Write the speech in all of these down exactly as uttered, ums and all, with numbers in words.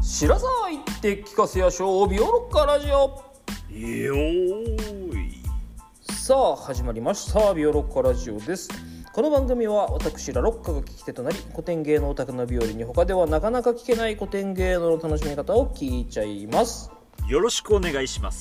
知らさいって聞かせやしょうビオロッカラジオ。 よーい。 さあ始まりましたビオロッカラジオです。この番組は私ラロッカが聞き手となり、古典芸能オタクのビオリに他ではなかなか聞けない古典芸能の楽しみ方を聞いちゃいます。 よろしくお願いします。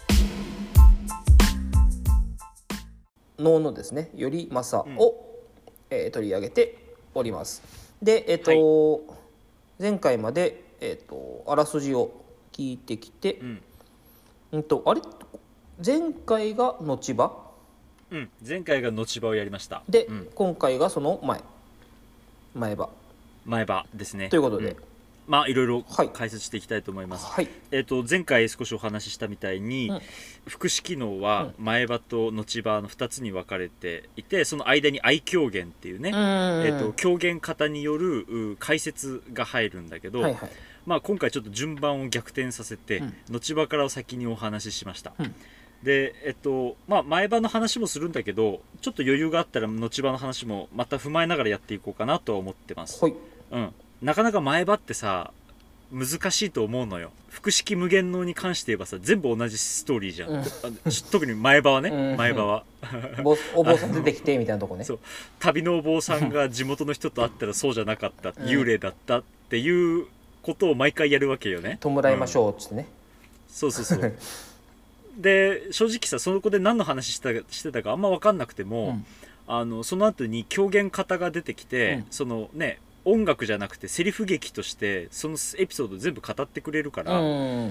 能のですね頼政を、 うんえー取り上げております。でえっ、と、はい、前回まで、えー、とあらすじを聞いてきて、 うんうんとあれ前回が後場、 うん、前回が後場をやりました。 で、 うん、 今回がその前前場前場ですね。 ということで、 うん、まあいろいろはい解説していきたいと思います。 はい、 えー、と前回少しお話ししたみたいに、 うん、 副詞機能は前場と後場のふたつに分かれていて、その間に愛狂言っていうね、 うん、 えー、と狂言方による解説が入るんだけど、 はいはい、 まあ、今回ちょっと順番を逆転させて、 うん、 後場からを先にお話ししました。 うん、 でえっとまあ前場の話もするんだけど、ちょっと余裕があったら後場の話もまた踏まえながらやっていこうかなとは思ってます。 はい、 うん、なかなか前場ってさ難しいと思うのよ。複式無限能に関して言えばさ全部同じストーリーじゃん、うん、特に前場はね、うん、前場はお坊さん出てきてみたいなとこね。 そう、旅のお坊さんが地元の人と会ったらそうじゃなかった、うん、幽霊だったっていうことを毎回やるわけよね。 弔いましょうっつってね、 うん、そうそうそうで正直さそこで何の話したしてたかあんま分かんなくても、うん、あのその後に狂言方が出てきて、うん、そのね音楽じゃなくてセリフ劇としてそのエピソード全部語ってくれるから、うん、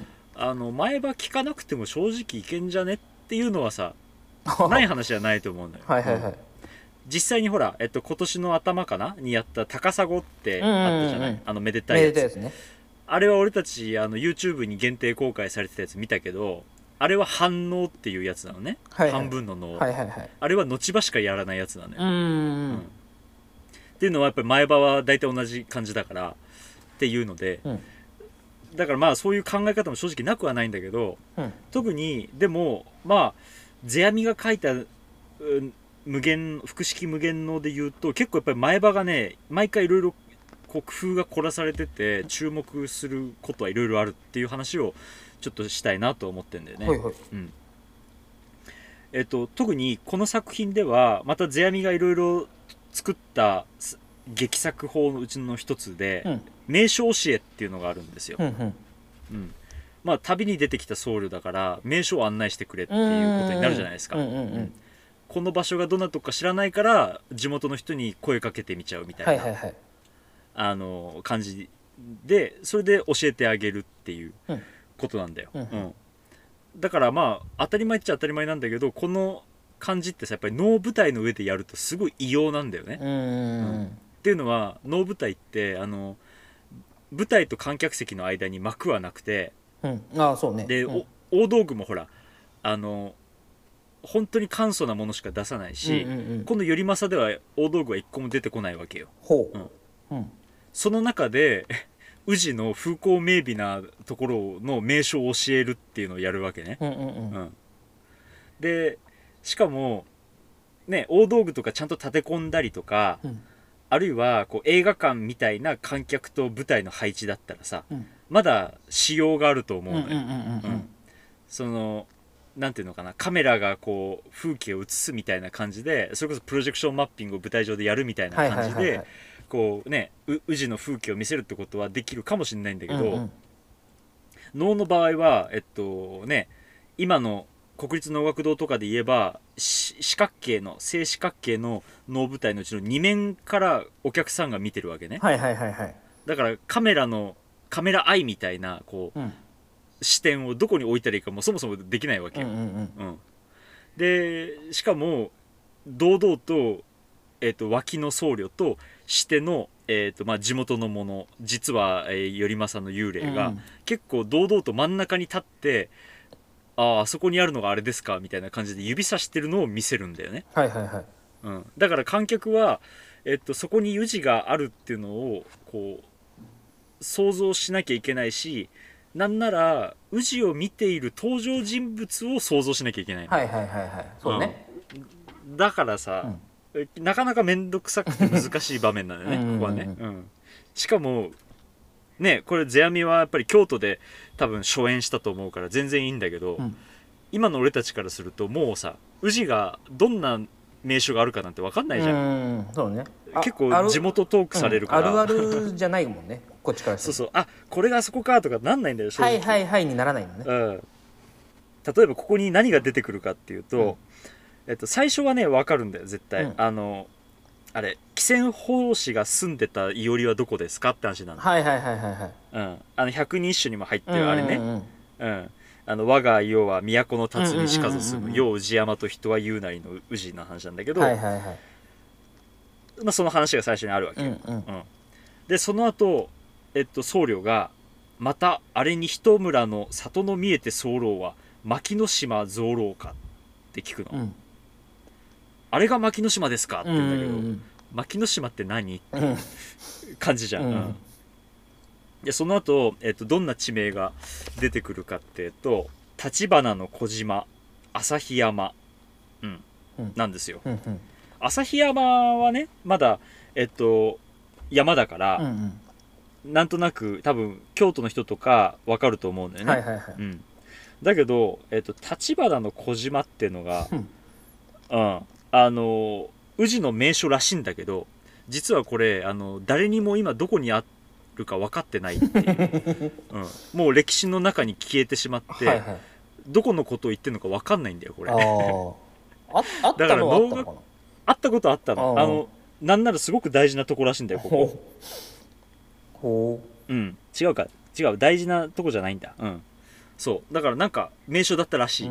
あの前場聞かなくても正直いけんじゃねっていうのはさない話じゃないと思うんだよ。 はいはいはい、 実際にほら、えっと、今年の頭かなにやった高砂ってあったじゃない、うんうんうん、あのめでたいやつ、 めでたいですね。 あれは俺たちあの YouTube に限定公開されてたやつ見たけど、あれは反応っていうやつなのね、はいはい、半分の脳、 はいはいはい、 あれは後場しかやらないやつなのよ。 うん、 うん、っていうのはやっぱり前場は大体同じ感じだからっていうので、うん、だからまあそういう考え方も正直なくはないんだけど、うん、特にでもまあ世阿弥が書いた、うん、無限複式無限能で言うと結構やっぱり前場がね毎回いろいろ工夫が凝らされてて注目することはいろいろあるっていう話をちょっとしたいなと思ってるんだよね。 はいはい、 うん、えっと特にこの作品ではまた世阿弥がいろいろ作った劇作法のうちの一つで、うん、名所教えっていうのがあるんですよ。うんうんうん、まあ旅に出てきた僧侶だから名所を案内してくれっていうことになるじゃないですか。この場所がどんなとこか知らないから地元の人に声かけてみちゃうみたいな、はいはいはい、あの感じでそれで教えてあげるっていうことなんだよ。うんうん、だからまあ当たり前っちゃ当たり前なんだけど、この感じってさやっぱり能舞台の上でやるとすごい異様なんだよね。うん、っていうのは能舞台ってあの舞台と観客席の間に幕はなくて、 うん、ああそうね、 で、うん、大道具もほらあの本当に簡素なものしか出さないし、うんうんうん、この頼政では大道具は一個も出てこないわけよ。ほう、うんうん、その中で宇治の風光明媚なところの名所を教えるっていうのをやるわけね。うんうんうんうん、でしかもね大道具とかちゃんと立て込んだりとか、うん、あるいはこう映画館みたいな観客と舞台の配置だったらさ、うん、まだ仕様があると思うのよ。そのなんていうのかな、カメラがこう風景を映すみたいな感じで、それこそプロジェクションマッピングを舞台上でやるみたいな感じでこうね宇治の風景を見せるってことはできるかもしれないんだけど、うんうん、能の場合はえっとね今の国立能楽堂とかで言えば四角形の正四角形の能舞台のうちのに面からお客さんが見てるわけね。 はいはいはいはい、 だからカメラのカメラアイみたいなこう、うん、視点をどこに置いたらいいかもそもそもできないわけよ。うんうんうんうん、でしかも堂々と、えーと、脇の僧侶としての、えーとまあ、地元のもの実は、えー、頼政の幽霊が、うん、結構堂々と真ん中に立ってああそこにあるのがあれですかみたいな感じで指さしてるのを見せるんだよね。 はいはいはい、 うん、だから観客は、えっと、そこに宇治があるっていうのをこう想像しなきゃいけないし、なんなら宇治を見ている登場人物を想像しなきゃいけない。 はいはいはいはいそうね、 うん、だからさ、うん、なかなか面倒くさくて難しい場面なんだよねここはね、うん、しかもねこれ世阿弥はやっぱり京都で多分初演したと思うから全然いいんだけど、うん、今の俺たちからするともうさ宇治がどんな名所があるかなんて分かんないじゃん。うんそうね、結構地元トークされるから、 うん、あるあるじゃないもんねこっちからそうそう、あこれがあそこかとかなんないんだよ正直。はいはいはいにならないのね、うん、 例えばここに何が出てくるかっていうと、うんえっと、最初はね分かるんだよ絶対、うん、あのあれ喜泉法師が住んでたいおりはどこですかって話なんだ。 はいはいはいはいはい、 うん、あの百人一首にも入ってるあれね、うんうんうん、あの我が世は都の辰にしかず住む世宇治山と人は言うなりの宇治の話なんだけど、はいはいはいまあ、その話が最初にあるわけよ、うんうんうん、でその後、えっと僧侶がまたあれに一村の里の見えて候は牧之島蔵郎かって聞くの、うん、あれが牧之島ですかって言うんだけど、うんうんうん、牧之島って何って感じじゃん、うんうん、でその後、えっとどんな地名が出てくるかっていうと橘の小島旭山、うんうん、なんですよ、うんうん、旭山はねまだえっと山だから、うんうん、なんとなく多分京都の人とか分かると思うんだよね、はいはいはいうん、だけど、えっと、橘の小島っていうのが、うん、あの宇治の名所らしいんだけど実はこれあの誰にも今どこにあるか分かってないっていう、うん、もう歴史の中に消えてしまって、はいはい、どこのことを言ってるのか分かんないんだよこれ。あああったのはあったのかな。 あったことあったの。あのなんならすごく大事なとこらしいんだよここ。ほう。うん違うか違う大事なとこじゃないんだ。うんそうだからなんか名所だったらしい。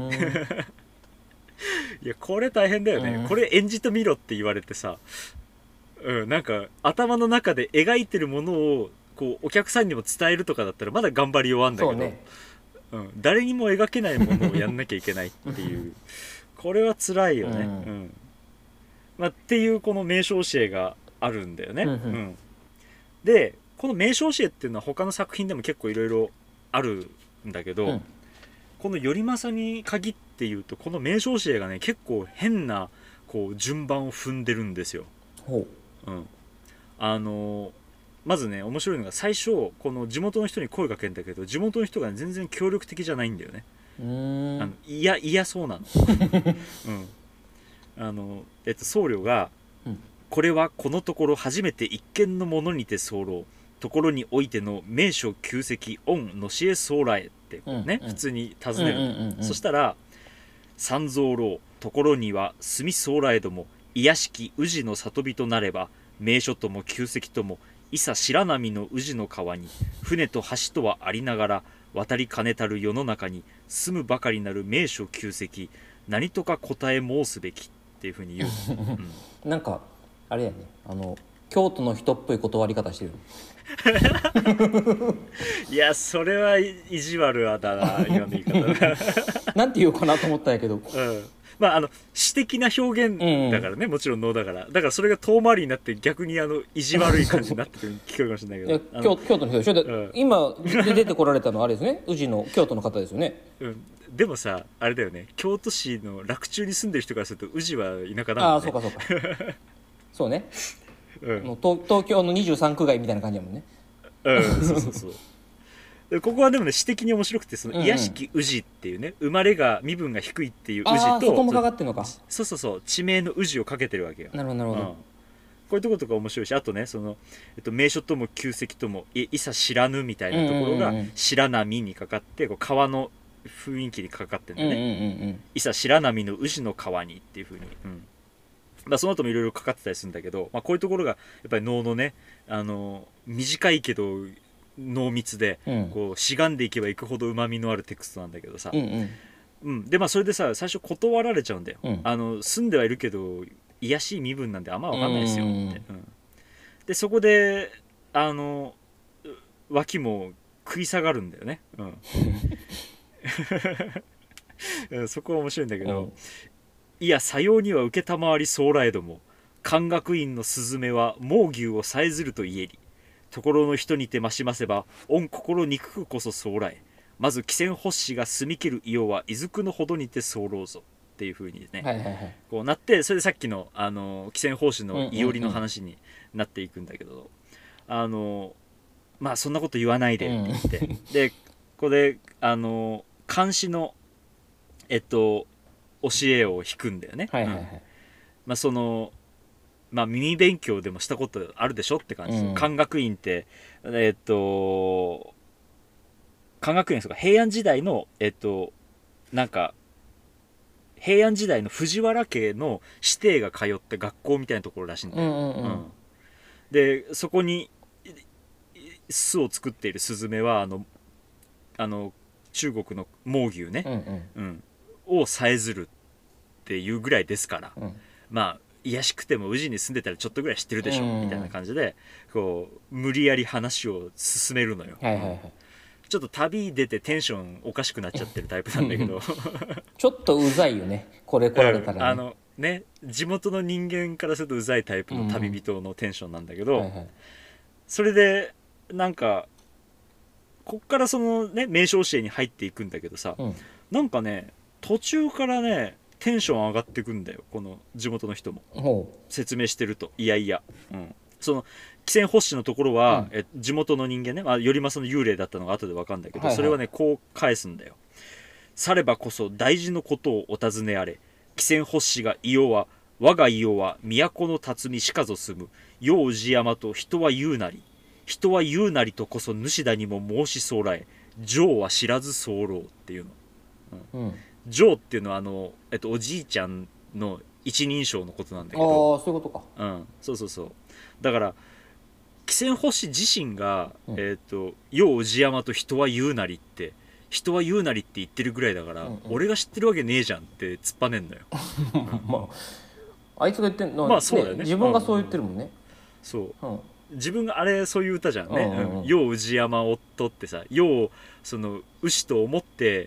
いやこれ大変だよね、うん、これ演じてみろって言われてさ、うん、なんか頭の中で描いてるものをこうお客さんにも伝えるとかだったらまだ頑張り弱んだけど、ねうん、誰にも描けないものをやんなきゃいけないっていうこれは辛いよね、うんうんまあ、っていうこの名所教えがあるんだよね、うんうん、でこの名所教えっていうのは他の作品でも結構いろいろあるんだけど、うんこの頼政に限って言うとこの名所教えがね結構変なこう順番を踏んでるんですよ。ほう、うん、あのまずね面白いのが最初この地元の人に声かけるんだけど地元の人が全然協力的じゃないんだよね。うーんあのいや嫌そうなの。うん、あのえっと僧侶が、うん、これはこのところ初めて一見のものにて候ところにおいての名所旧跡御のしえそうらえってね、うんうん、普通に尋ねる、うんうんうんうん、そしたら三蔵楼ところには住みそうらえども癒やしき宇治の里人なれば名所とも旧跡ともいさ白波の宇治の川に船と橋とはありながら渡りかねたる世の中に住むばかりなる名所旧跡何とか答え申すべきっていうふうに言う、 うん、なんかあれやねあの京都の人っぽい断り方してるいやそれは意地悪だな今の言い方なんて言うかなと思ったんやけど、うんまあ、あの詩的な表現だからね、うんうん、もちろん能だからだからそれが遠回りになって逆にあの意地悪い感じになってる聞こえるかもしれないけど京, 京都の人でしょ、うん、今で出てこられたのはあれですね宇治の京都の方ですよね、 うん、でもさあれだよね京都市の洛中に住んでる人からすると宇治は田舎だもんねああそうかそうかそうね、うん、東, 東京のにじゅうさん区外みたいな感じだもんねうんそうそうそうここはでもね詩的に面白くてその癒やしき宇治っていうね、うんうん、生まれが身分が低いっていう宇治とあそこもかかってんのかそうそうそう地名の宇治をかけてるわけよなるほどなるほど、うん、 こういうところとか面白いしあとねその、えっと、名所とも旧跡とも い, いさ知らぬみたいなところが白波にかかってこう川の雰囲気にかかってるんだね、うんうんうんうん、いさ白波の宇治の川にっていう風に、うんまあ、その後もいろいろかかってたりするんだけど、まあ、こういうところがやっぱり能のねあの短いけど濃密で、うん、こうしがんでいけばいくほどうまみのあるテクストなんだけどさ、うんうんうん、でまあそれでさ最初断られちゃうんだよ、うん、あの住んではいるけど癒やしい身分なんであんま分かんないですよって、うんうん、でそこであの脇も食い下がるんだよね、うん、そこは面白いんだけど、うん、いやさようには承りそうらえども漢学院のスズメは猛牛をさえずると言えりところの人にてましませば御心憎くこそそうらえまず喜泉法師が住み切る伊予はいずくのほどにて候ぞっていう風にね、はいはいはい、こうなってそれでさっきのあの喜泉法師のいおりの話になっていくんだけど、うんうんうん、あのまあそんなこと言わないでって言って、うん、でこれあの監視のえっと教えを引くんだよね。はいはいはい、うん、まあそのまあ耳勉強でもしたことあるでしょって感じです、うん、漢学院ってえっと漢学院とか平安時代のえっとなんか平安時代の藤原家の子弟が通って学校みたいなところらしいんだよ、うんうんうんうん、でそこに巣を作っているスズメはあのあの中国の猛牛ね、うんうんうん、をさえずるっていうぐらいですから、うん、まあ卑しくても宇治に住んでたらちょっとぐらい知ってるでしょ、うんうん、みたいな感じでこう無理やり話を進めるのよ、はいはいはい、ちょっと旅出てテンションおかしくなっちゃってるタイプなんだけどちょっとうざいよねこれ来られたらね、 あのね地元の人間からするとうざいタイプの旅人のテンションなんだけど、うんはいはい、それでなんかこっからそのね名称教えに入っていくんだけどさ、うん、なんかね途中からねテンション上がってくんだよこの地元の人も説明してるといやいや、うん、その汽船星のところは、うん、え地元の人間ね、まあ、頼政の幽霊だったのが後で分かるんだけど、はいはい、それはねこう返すんだよ。さればこそ大事のことをお尋ねあれ。汽船星がいよは我がいよは都の辰巳しかぞ住む世氏山と人は言うなり人は言うなりとこそ主だにも申しそうらえ情は知らず候っていうの、うんうん、情っていうのはあの、えっと、おじいちゃんの一人称のことなんだけど、 ああそういうことか、 うん、そうそうそうだから汽船星自身が、うんえー、と世氏山と人は言うなりって人は言うなりって言ってるぐらいだから、うんうん、俺が知ってるわけねえじゃんって突っぱねんのよ、うん、 まああいつが言ってんのまあそうだよね、 自分がそう言ってるもんね、うん、 そう、うん、自分があれそういう歌じゃんね、うんうんうん、世氏山をとってさ世をその牛と思って、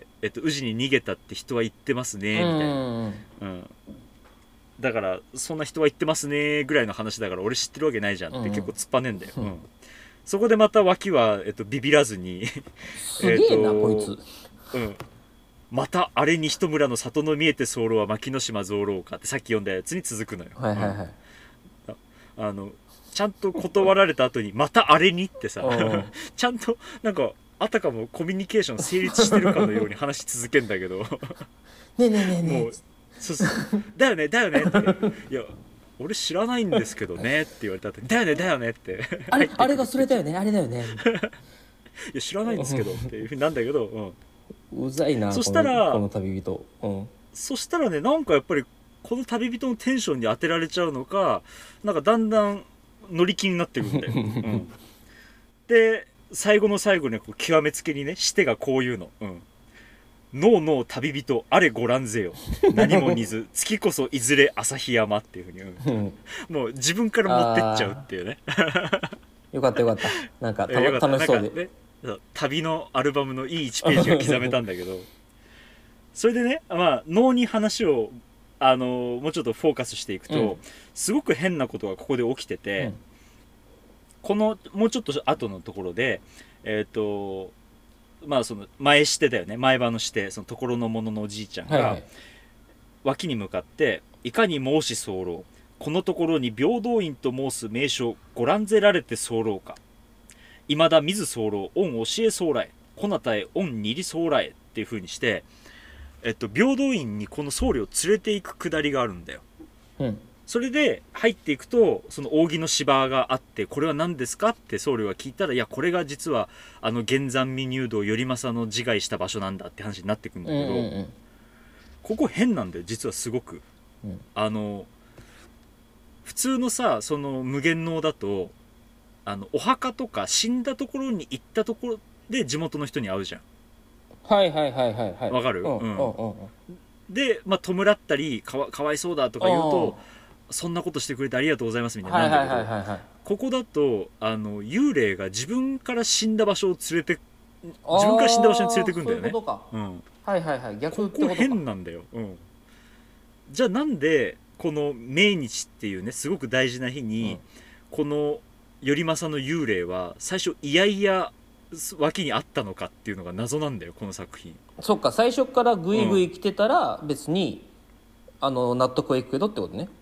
えっと、氏に逃げたって人は言ってますねみたいな、うんうんうんだからそんな人は言ってますねぐらいの話だから俺知ってるわけないじゃんって結構突っぱねんだよ、うんうん、そこでまた脇は、えっと、ビビらずにすげえな、えっと、こいつ、 うん、またあれに一村の里の見えて候は牧野島蔵郎かってさっき読んだやつに続くのよ、はいはいはい、うん、あ, あのちゃんと断られた後にまたあれにってさちゃんとなんかあたかもコミュニケーション成立してるかのように話し続けんだけどねえねえねえねえそうそうだよねだよねっていや俺知らないんですけどねって言われた後にだよねだよねってあれあれがそれだよねあれだよねいや知らないんですけどっていうふうになんだけど、 うん、うざいなそしたらこの旅人、うん、 そしたらねなんかやっぱりこの旅人のテンションに当てられちゃうのかなんかだんだん乗り気になってくるんだよ、うん、で最後の最後にこう極めつけにねしてがこういうの、うんノーノー旅人あれご覧ぜよ何も似ず月こそいずれ旭山っていうふうに、うん、もう自分から持ってっちゃうっていうねよかったよかったなんかた楽しそうで、 ね、旅のアルバムのいいいちページが刻めたんだけどそれでねまあ脳に話をあのもうちょっとフォーカスしていくと、うん、すごく変なことがここで起きてて、うん、このもうちょっと後のところでえっ、ー、とまあその前してだよね前場のしてそのところの者のおじいちゃんが脇に向かっていかに申し候このところに平等院と申す名称ご覧ぜられて候かいまだ水候御教え候来こなたへ御二里候来っていう風にしてえっと平等院にこの僧侶を連れていくくだりがあるんだよ、うん、それで入っていくとその扇の芝があってこれは何ですかって僧侶が聞いたらいやこれが実はあの玄山未入道頼政の自害した場所なんだって話になってくるんだけど、うんうんうん、ここ変なんだよ実はすごく、うん、あの普通のさその無限能だとあのお墓とか死んだところに行ったところで地元の人に会うじゃんはいはいはいはいはいわかる、うんうんうんうん、で、まあ、弔ったりか わ, かわいそうだとか言うとそんなことしてくれてありがとうございますみたいななんだけど、はいはいはいはい、ここだとあの幽霊が自分から死んだ場所を連れて自分から死んだ場所に連れてくんだよね。 そういうことか、うん、はいはいはい逆ってことか。 ここ変なんだよ、うん、じゃあなんでこの命日っていうねすごく大事な日に、うん、この頼政の幽霊は最初いやいや脇にあったのかっていうのが謎なんだよこの作品。 そっか最初からグイグイ来てたら別に、うん、あの納得はいくけどってことね。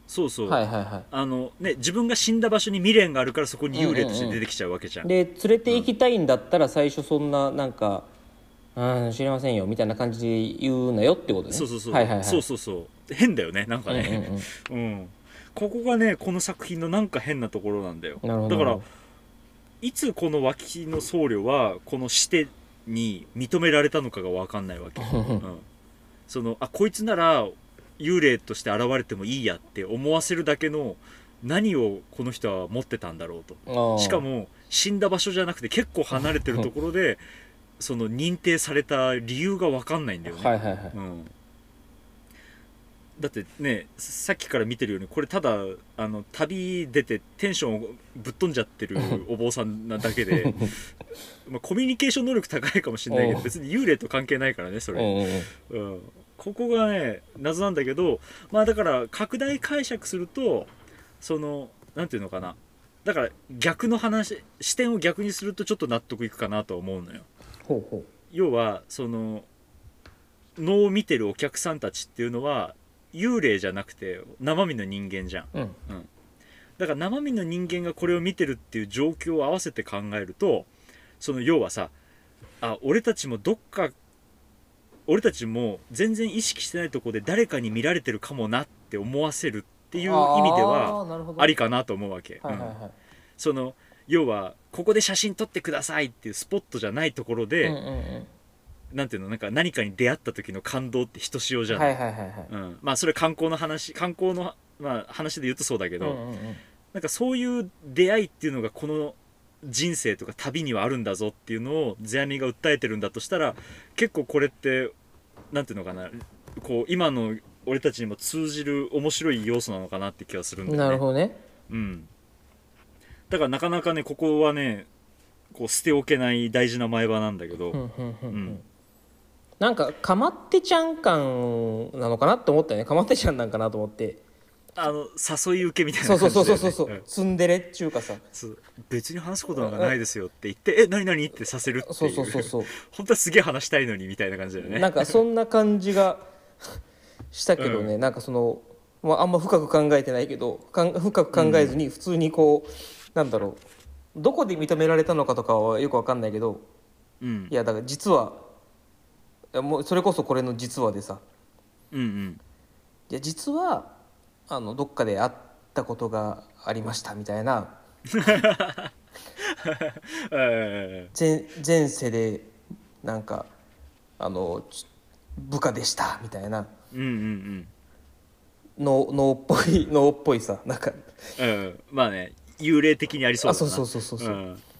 そうそう、 はいはいはい、 あのね、自分が死んだ場所に未練があるからそこに幽霊として出てきちゃうわけじゃん、 うんうんうん、で連れて行きたいんだったら最初そんななんか、うん、知りませんよみたいな感じで言うなよってことね。 そうそうそう、 はいはいはい、 そうそうそう変だよねなんかね、うん、うんうん、ここがねこの作品のなんか変なところなんだよ。だからいつこの脇の僧侶はこの死手に認められたのかが分かんないわけ、うん、そのあこいつなら幽霊として現れてもいいやって思わせるだけの何をこの人は持ってたんだろうと。しかも死んだ場所じゃなくて結構離れてるところでその認定された理由が分かんないんだよね、はいはいはい、うん、だってねさっきから見てるようにこれただあの旅出てテンションをぶっ飛んじゃってるお坊さんなだけでまあコミュニケーション能力高いかもしれないけど別に幽霊と関係ないからねそれ、うん、ここがね謎なんだけど、まあだから拡大解釈するとそのなんていうのかな、だから逆の話視点を逆にするとちょっと納得いくかなと思うのよ。ほうほう、要はその能を見てるお客さんたちっていうのは幽霊じゃなくて生身の人間じゃん、うんうん、だから生身の人間がこれを見てるっていう状況を合わせて考えるとその要はさあ俺たちもどっか俺たちも全然意識してないところで誰かに見られてるかもなって思わせるっていう意味ではありかなと思うわけ。その要はここで写真撮ってくださいっていうスポットじゃないところで、うんうんうん、なんていうのなんか何かに出会った時の感動ってひとしおじゃない。まあそれ観光の話観光の、まあ、話で言うとそうだけど、うんうんうん、なんかそういう出会いっていうのがこの人生とか旅にはあるんだぞっていうのを世阿弥が訴えてるんだとしたら結構これってなんていうのかなこう今の俺たちにも通じる面白い要素なのかなって気がするんだよね。 なるほどね。 うん。だからなかなかねここはねこう捨ておけない大事な前場なんだけど、うんうん、 なんかかまってちゃん感なのかなって思ったよね。かまってちゃんなんかなと思って。 あの誘い受けみたいな感じで、ね、 そうそうそうそうそう、うん、ツンデレっちゅうかさ別に話すことなんかないですよって言ってえ何何ってさせるっていうそうそうそうそう本当はすげえ話したいのにみたいな感じだよね。 なんかそんな感じがしたけどね、うん、なんかその、まあ、あんま深く考えてないけどかん深く考えずに普通にこう、うん、なんだろうどこで認められたのかとかはよく分かんないけど、うん、いやだから実はもうそれこそこれの実話でさ、うんうん、いや実はあのどっかで会ったことがありましたみたいな前, 前世でなんかあの部下でしたみたいな、うんうんうん、の脳っぽい脳っぽいさなんか、 うん、まあね幽霊的にありそうだな。あそうそうそうそう、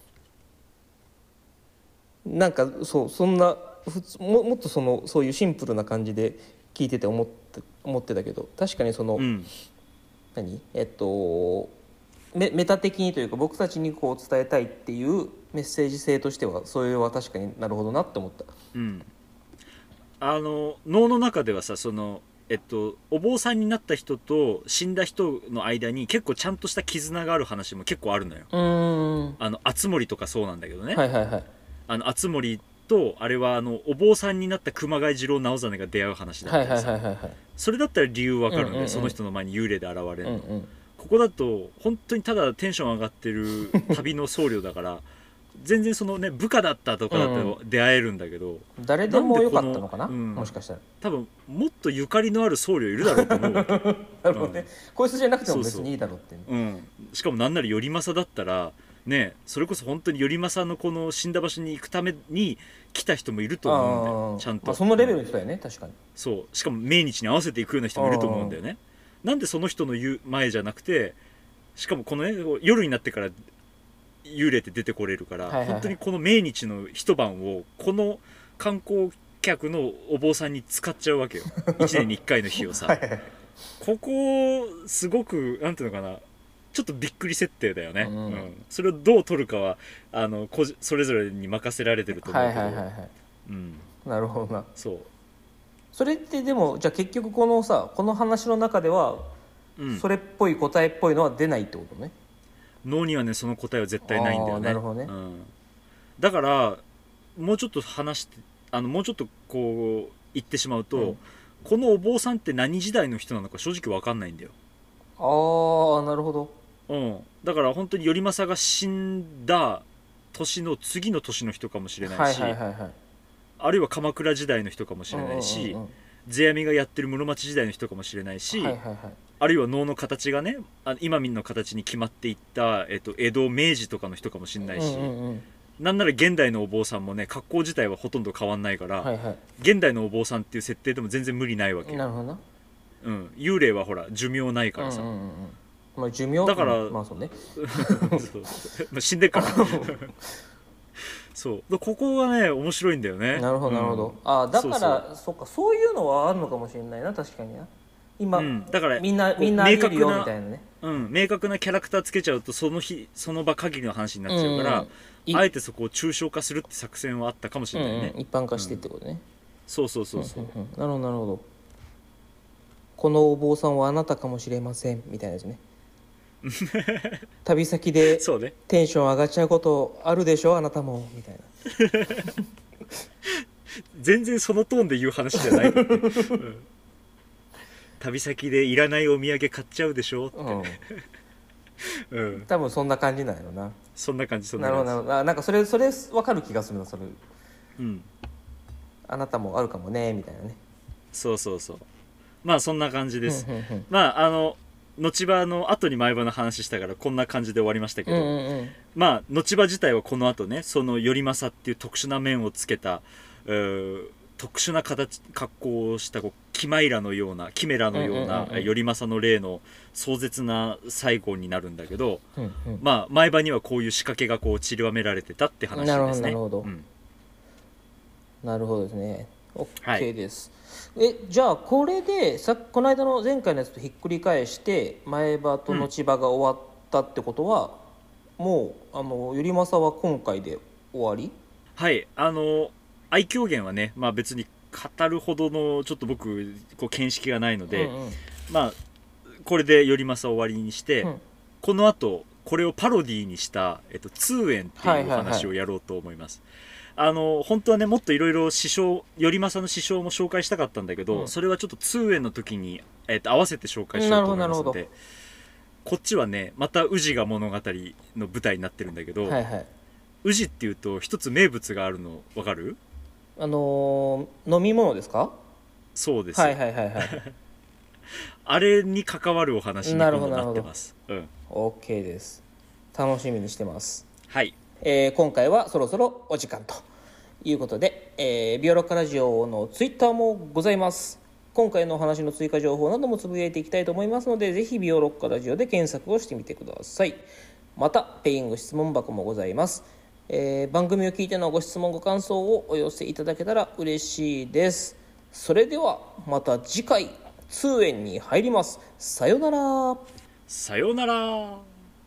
うん、なんかそうそんな普通 も, もっとそのそういうシンプルな感じで聞いてて思って、思ってたけど確かにその、うん、何えっとメ, メタ的にというか僕たちにこう伝えたいっていうメッセージ性としてはそれは確かになるほどなって思った、うん、 あの能の中ではさその、えっと、お坊さんになった人と死んだ人の間に結構ちゃんとした絆がある話も結構あるのよ。うーんあの敦盛とかそうなんだけどね、はいはいはい、あの敦盛とあれはあのお坊さんになった熊谷次郎直実が出会う話だったりさ、はいはいはいはい、それだったら理由わかるので、うんうんうん、その人の前に幽霊で現れるの、うんうん、ここだと本当にただテンション上がってる旅の僧侶だから全然そのね部下だったとかだったら出会えるんだけど、うんうん、誰でもよかったのかな、うん、もしかしたら多分もっとゆかりのある僧侶いるだろうと思うわけなるほどね、うん、こいつじゃなくても別にいいだろうって、ね、 そうそう、うん、しかもなんなら頼政だったらねそれこそ本当に頼政のこの死んだ場所に行くために来た人もいると思うんだよちゃんと、 まあ、そのレベルの人だよね確かに。 そうしかも命日に合わせていくような人もいると思うんだよね。なんでその人の言う前じゃなくてしかもこのね夜になってから幽霊って出てこれるから、はいはいはい、本当にこの命日の一晩をこの観光客のお坊さんに使っちゃうわけよいちねんにいっかいの日をさはい、はい、ここすごくなんていうのかなちょっとびっくり設定だよね、うんうん、それをどう取るかはあのそれぞれに任せられてると思うけど、はいはいはいはい、 うん、なるほどな。そうそれってでもじゃあ結局このさこの話の中では、うん、それっぽい答えっぽいのは出ないってことね。 脳にはねその答えは絶対ないんだよね。なるほどね、うん、だからもうちょっと話してあのもうちょっとこう言ってしまうと、うん、このお坊さんって何時代の人なのか正直分かんないんだよ。 ああなるほど。 うん、だから本当に頼政が死んだ年の次の年の人かもしれないし、 はいはいはいはい、 あるいは鎌倉時代の人かもしれないし、 うんうんうんうん、 世阿弥がやってる室町時代の人かもしれないし、 はいはいはい、 あるいは能の形がね、あ今みんの形に決まっていった、えっと、江戸明治とかの人かもしれないし、 うんうんうん、 なんなら現代のお坊さんもね格好自体はほとんど変わんないから、 はいはい、 現代のお坊さんっていう設定でも全然無理ないわけよ。 なるほどな。 うん、幽霊はほら寿命ないからさ、 うんうんうん、まあ、寿命だから、 うん、まあそうねそうまあ死んでっからそうここがね面白いんだよね。 なるほどなるほど、うん、あだからそうそう、そっかそういうのはあるのかもしれないな、確かにな今、うん、だからみんなみんなありえるよみたいなね、 うん、明確なキャラクターつけちゃうとその日その場限りの話になっちゃうから、うんうん、あえてそこを抽象化するって作戦はあったかもしれないね、うんうん、一般化してってことね、うん、 そうそうそうそう、 うんうんうん、なるほどなるほど。このお坊さんはあなたかもしれませんみたいなやつね旅先でテンション上がっちゃうことあるでしょあなたもみたいな全然そのトーンで言う話じゃない、うん、旅先でいらないお土産買っちゃうでしょって、 うんうん、多分そんな感じなんやろな。 そんな感じそんな感じ。 なるほどなるほど、なんかそれそれ分かる気がするなそれ、 うん、 あなたもあるかもねみたいなね。 そうそうそう、まあそんな感じです。まああの後場の後に前場の話したからこんな感じで終わりましたけど、うんうんうん、まあ後場自体はこの後ねその頼政っていう特殊な面をつけた特殊な形格好をしたこうキマイラのようなキメラのような頼政の例の壮絶な最後になるんだけど、うんうん、まあ前場にはこういう仕掛けがこう散りばめられてたって話ですね。 なるほど、うん、なるほどですね。 OK です、はい、えじゃあこれでさこの間の前回のやつとひっくり返して前場と後場が終わったってことは、うん、もうあの頼政は今回で終わり？ はい、あの愛狂言はね、まあ、別に語るほどのちょっと僕こう見識がないので、うんうん、まあこれで頼政終わりにして、うん、このあとこれをパロディーにした、えっと、通円っていうお話をやろうと思います。はいはいはい、あの本当はねもっといろいろ師匠頼政の師匠も紹介したかったんだけど、うん、それはちょっと通円の時に、えっと、合わせて紹介しようと思いますので、こっちはねまた宇治が物語の舞台になってるんだけど、はいはい、宇治っていうと一つ名物があるの分かる？ あのー、飲み物ですか？ そうです。 はいはいはいはいあれに関わるお話になってます。うん、 OK です。楽しみにしてます。 はい、 えー、今回はそろそろお時間ということで、えー、ビオロッカラジオのツイッターもございます。今回のお話の追加情報などもつぶやいていきたいと思いますので、ぜひビオロッカラジオで検索をしてみてください。またペイング質問箱もございます。えー、番組を聞いてのご質問ご感想をお寄せいただけたら嬉しいです。それではまた次回通園に入ります。さよなら。 さよなら。